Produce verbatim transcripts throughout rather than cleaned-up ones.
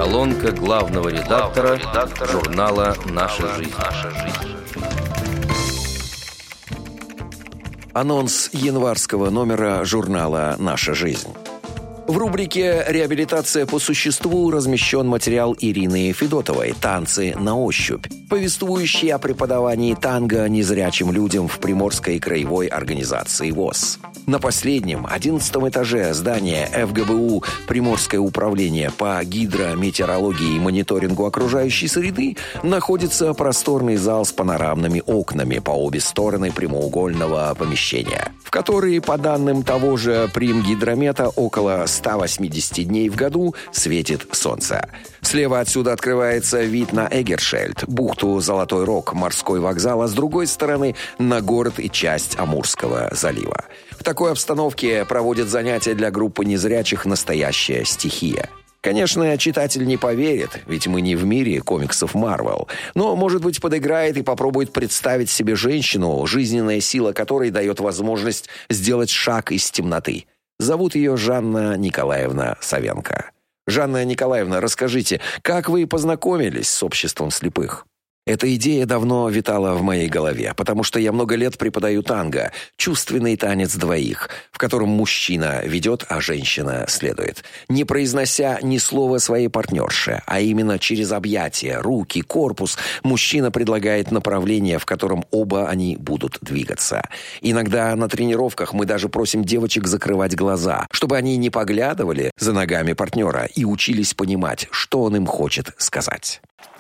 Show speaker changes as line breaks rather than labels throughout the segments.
Колонка главного редактора, редактора журнала «Наша жизнь».
Анонс январского номера журнала «Наша жизнь». В рубрике «Реабилитация по существу» размещен материал Ирины Федотовой «Танцы на ощупь», повествующий о преподавании танго незрячим людям в Приморской краевой организации ВОС. На последнем, одиннадцатом этаже здания эф гэ бэ у Приморское управление по гидрометеорологии и мониторингу окружающей среды находится просторный зал с панорамными окнами по обе стороны прямоугольного помещения, в который, по данным того же Примгидромета, около ста восьмидесяти дней в году светит солнце. Слева отсюда открывается вид на Эгершельд, бухту Золотой Рог, морской вокзал, а с другой стороны на город и часть Амурского залива. В такой обстановке проводят занятия для группы незрячих настоящая стихия. Конечно, читатель не поверит, ведь мы не в мире комиксов Marvel, но, может быть, подыграет и попробует представить себе женщину, жизненная сила которой дает возможность сделать шаг из темноты. Зовут ее Жанна Николаевна Савенко. Жанна Николаевна, расскажите, как вы познакомились с обществом слепых? Эта идея давно витала в моей голове, потому что я много лет преподаю танго, чувственный танец двоих, в котором мужчина ведет, а женщина следует, не произнося ни слова своей партнерше, а именно через объятия, руки, корпус мужчина предлагает направление, в котором оба они будут двигаться. Иногда на тренировках мы даже просим девочек закрывать глаза, чтобы они не поглядывали за ногами партнера и учились понимать, что он им хочет сказать.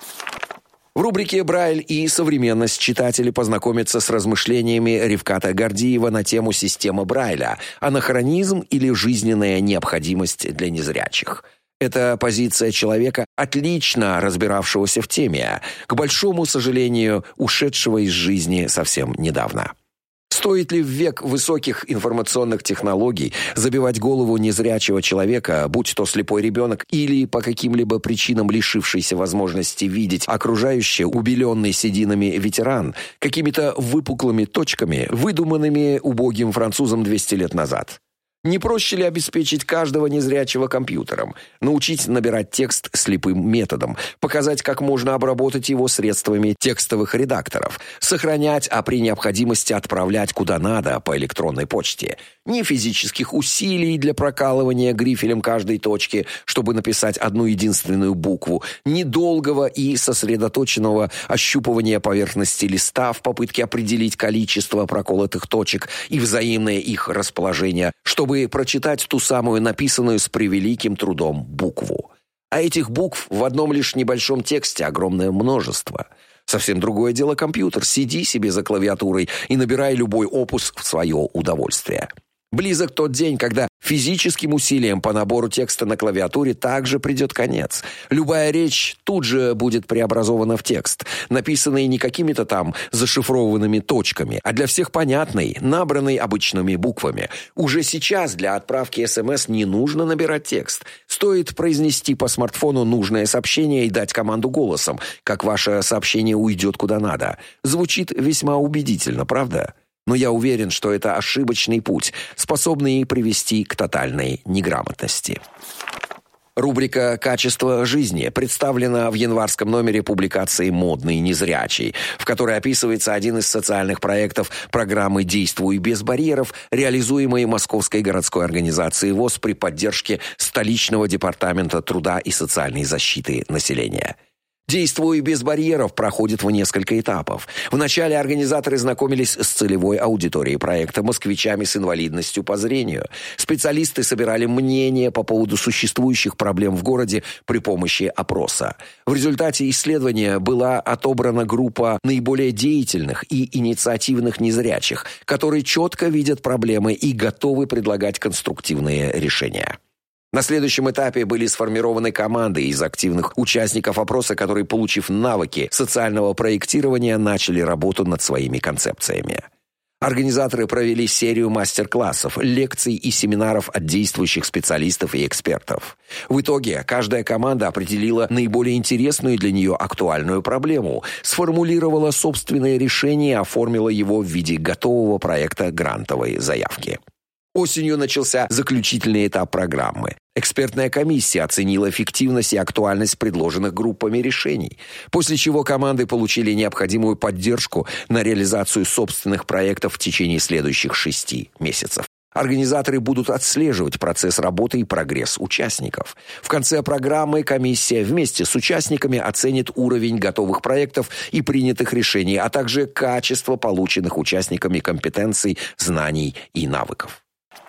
В рубрике «Брайль и современность» читатели познакомятся с размышлениями Ревката Гордиева на тему системы Брайля, анахронизм или жизненная необходимость для незрячих. Это позиция человека, отлично разбиравшегося в теме, к большому сожалению, ушедшего из жизни совсем недавно. Стоит ли в век высоких информационных технологий забивать голову незрячего человека, будь то слепой ребенок или по каким-либо причинам лишившийся возможности видеть окружающее, убеленный сединами ветеран, какими-то выпуклыми точками, выдуманными убогим французом двести лет назад? Не проще ли обеспечить каждого незрячего компьютером, научить набирать текст слепым методом, показать, как можно обработать его средствами текстовых редакторов, сохранять, а при необходимости отправлять куда надо по электронной почте? Ни физических усилий для прокалывания грифелем каждой точки, чтобы написать одну единственную букву, ни долгого и сосредоточенного ощупывания поверхности листа в попытке определить количество проколотых точек и взаимное их расположение, чтобы прочитать ту самую написанную с превеликим трудом букву. А этих букв в одном лишь небольшом тексте огромное множество. Совсем другое дело компьютер. Сиди себе за клавиатурой и набирай любой опус в свое удовольствие. Близок тот день, когда физическим усилием по набору текста на клавиатуре также придет конец. Любая речь тут же будет преобразована в текст, написанный не какими-то там зашифрованными точками, а для всех понятный, набранный обычными буквами. Уже сейчас для отправки СМС не нужно набирать текст. Стоит произнести по смартфону нужное сообщение и дать команду голосом, как ваше сообщение уйдет куда надо. Звучит весьма убедительно, правда? Но я уверен, что это ошибочный путь, способный привести к тотальной неграмотности. Рубрика «Качество жизни» представлена в январском номере публикации «Модный незрячий», в которой описывается один из социальных проектов программы «Действуй без барьеров», реализуемой Московской городской организацией ВОС при поддержке столичного департамента труда и социальной защиты населения. «Действуй без барьеров» проходит в несколько этапов. Вначале организаторы знакомились с целевой аудиторией проекта, москвичами с инвалидностью по зрению. Специалисты собирали мнения по поводу существующих проблем в городе при помощи опроса. В результате исследования была отобрана группа наиболее деятельных и инициативных незрячих, которые четко видят проблемы и готовы предлагать конструктивные решения. На следующем этапе были сформированы команды из активных участников опроса, которые, получив навыки социального проектирования, начали работу над своими концепциями. Организаторы провели серию мастер-классов, лекций и семинаров от действующих специалистов и экспертов. В итоге каждая команда определила наиболее интересную для нее актуальную проблему, сформулировала собственное решение и оформила его в виде готового проекта грантовой заявки. Осенью начался заключительный этап программы. Экспертная комиссия оценила эффективность и актуальность предложенных группами решений, после чего команды получили необходимую поддержку на реализацию собственных проектов в течение следующих шести месяцев. Организаторы будут отслеживать процесс работы и прогресс участников. В конце программы комиссия вместе с участниками оценит уровень готовых проектов и принятых решений, а также качество полученных участниками компетенций, знаний и навыков.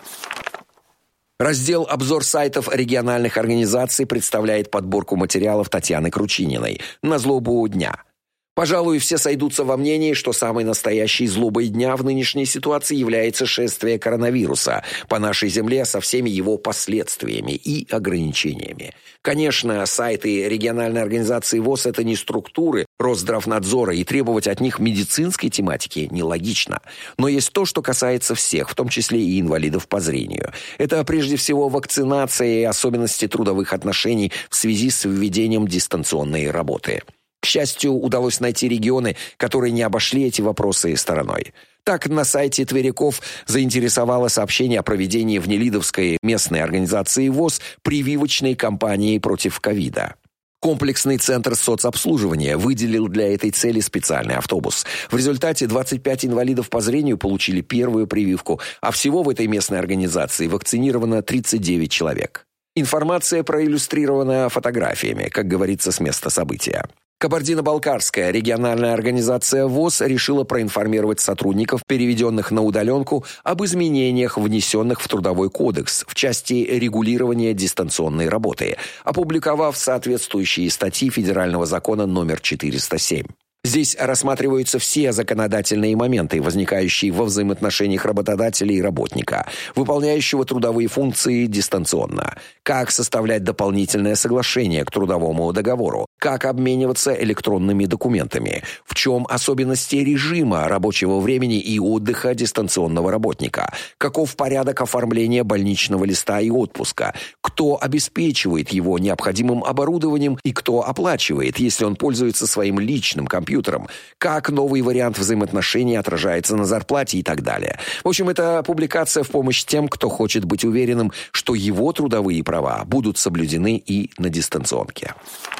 Раздел «Обзор сайтов региональных организаций» представляет подборку материалов Татьяны Кручининой «На злобу дня». Пожалуй, все сойдутся во мнении, что самой настоящей злобой дня в нынешней ситуации является шествие коронавируса по нашей земле со всеми его последствиями и ограничениями. Конечно, сайты региональной организации ВОС – это не структуры Росздравнадзора, и требовать от них медицинской тематики нелогично. Но есть то, что касается всех, в том числе и инвалидов по зрению. Это прежде всего вакцинация и особенности трудовых отношений в связи с введением дистанционной работы. К счастью, удалось найти регионы, которые не обошли эти вопросы стороной. Так, на сайте Тверяков заинтересовало сообщение о проведении в Нелидовской местной организации ВОС прививочной кампании против ковида. Комплексный центр соцобслуживания выделил для этой цели специальный автобус. В результате двадцать пять инвалидов по зрению получили первую прививку, а всего в этой местной организации вакцинировано тридцать девять человек. Информация проиллюстрирована фотографиями, как говорится, с места события. Кабардино-Балкарская региональная организация ВОС решила проинформировать сотрудников, переведенных на удаленку, об изменениях, внесенных в Трудовой кодекс в части регулирования дистанционной работы, опубликовав соответствующие статьи Федерального закона номер четыреста семь. Здесь рассматриваются все законодательные моменты, возникающие во взаимоотношениях работодателя и работника, выполняющего трудовые функции дистанционно, как составлять дополнительное соглашение к трудовому договору, как обмениваться электронными документами, в чем особенности режима рабочего времени и отдыха дистанционного работника, каков порядок оформления больничного листа и отпуска, кто обеспечивает его необходимым оборудованием и кто оплачивает, если он пользуется своим личным компьютером, как новый вариант взаимоотношений отражается на зарплате и так далее. В общем, это публикация в помощь тем, кто хочет быть уверенным, что его трудовые права будут соблюдены и на дистанционке.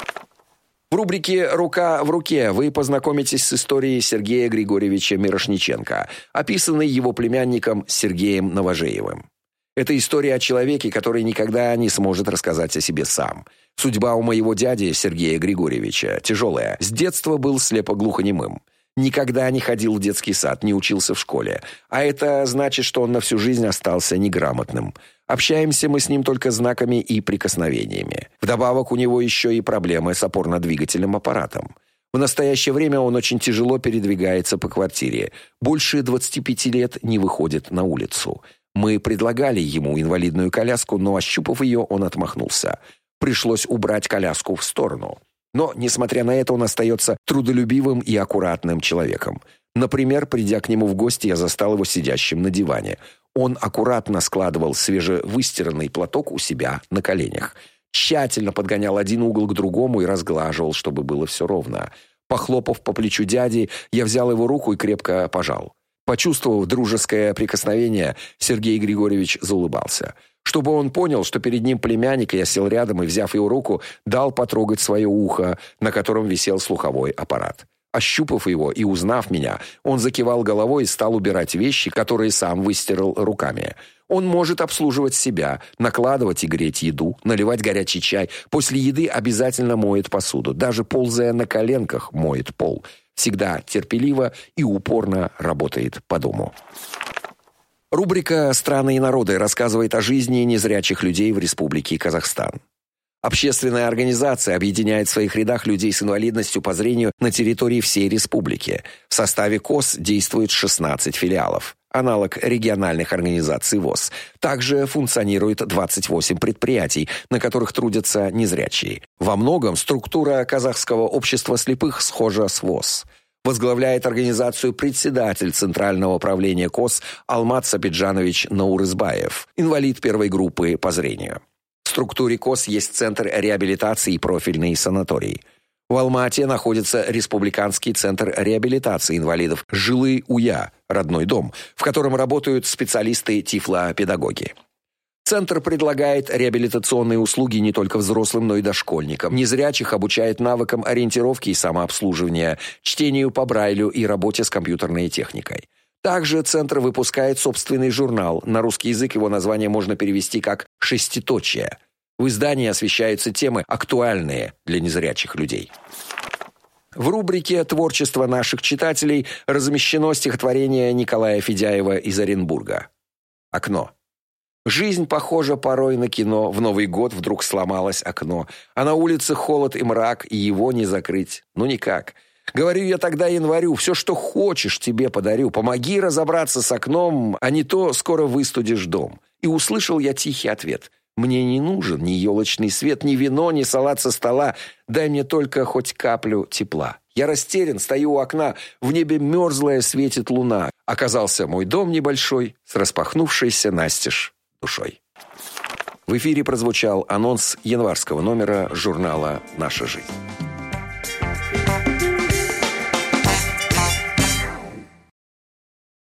В рубрике «Рука в руке» вы познакомитесь с историей Сергея Григорьевича Мирошниченко, описанной его племянником Сергеем Новожеевым. Это история о человеке, который никогда не сможет рассказать о себе сам. Судьба у моего дяди Сергея Григорьевича тяжелая. С детства был слепо-глухонемым. Никогда не ходил в детский сад, не учился в школе. А это значит, что он на всю жизнь остался неграмотным. Общаемся мы с ним только знаками и прикосновениями. Вдобавок у него еще и проблемы с опорно-двигательным аппаратом. В настоящее время он очень тяжело передвигается по квартире. Больше двадцати пяти лет не выходит на улицу. Мы предлагали ему инвалидную коляску, но, ощупав ее, он отмахнулся. Пришлось убрать коляску в сторону. Но, несмотря на это, он остается трудолюбивым и аккуратным человеком. Например, придя к нему в гости, я застал его сидящим на диване. Он аккуратно складывал свежевыстиранный платок у себя на коленях. Тщательно подгонял один угол к другому и разглаживал, чтобы было все ровно. Похлопав по плечу дяди, я взял его руку и крепко пожал. Почувствовав дружеское прикосновение, Сергей Григорьевич заулыбался. Чтобы он понял, что перед ним племянник, я сел рядом и, взяв его руку, дал потрогать свое ухо, на котором висел слуховой аппарат. Ощупав его и узнав меня, он закивал головой и стал убирать вещи, которые сам выстирал руками. Он может обслуживать себя, накладывать и греть еду, наливать горячий чай. После еды обязательно моет посуду. Даже ползая на коленках, моет пол. Всегда терпеливо и упорно работает по дому. Рубрика «Страны и народы» рассказывает о жизни незрячих людей в Республике Казахстан. Общественная организация объединяет в своих рядах людей с инвалидностью по зрению на территории всей республики. В составе КОС действует шестнадцать филиалов, аналог региональных организаций ВОС. Также функционирует двадцать восемь предприятий, на которых трудятся незрячие. Во многом структура Казахского общества слепых схожа с ВОС. Возглавляет организацию председатель Центрального правления КОС Алмат Сапиджанович Наурызбаев, инвалид первой группы по зрению. В структуре КОС есть центр реабилитации и профильный санаторий. В Алмате находится Республиканский центр реабилитации инвалидов «Жилы-Уя», родной дом, в котором работают специалисты-тифлопедагоги. Центр предлагает реабилитационные услуги не только взрослым, но и дошкольникам. Незрячих обучает навыкам ориентировки и самообслуживания, чтению по Брайлю и работе с компьютерной техникой. Также центр выпускает собственный журнал. На русский язык его название можно перевести как «Шеститочие». В издании освещаются темы, актуальные для незрячих людей. В рубрике «Творчество наших читателей» размещено стихотворение Николая Федяева из Оренбурга. «Окно». Жизнь похожа порой на кино. В Новый год вдруг сломалось окно. А на улице холод и мрак, и его не закрыть. Ну никак. Говорю я тогда январю, все, что хочешь, тебе подарю. Помоги разобраться с окном, а не то скоро выстудишь дом. И услышал я тихий ответ. Мне не нужен ни елочный свет, ни вино, ни салат со стола. Дай мне только хоть каплю тепла. Я растерян, стою у окна, в небе мерзлая светит луна. Оказался мой дом небольшой, с распахнувшейся настежь душой. В эфире прозвучал анонс январского номера журнала «Наша жизнь».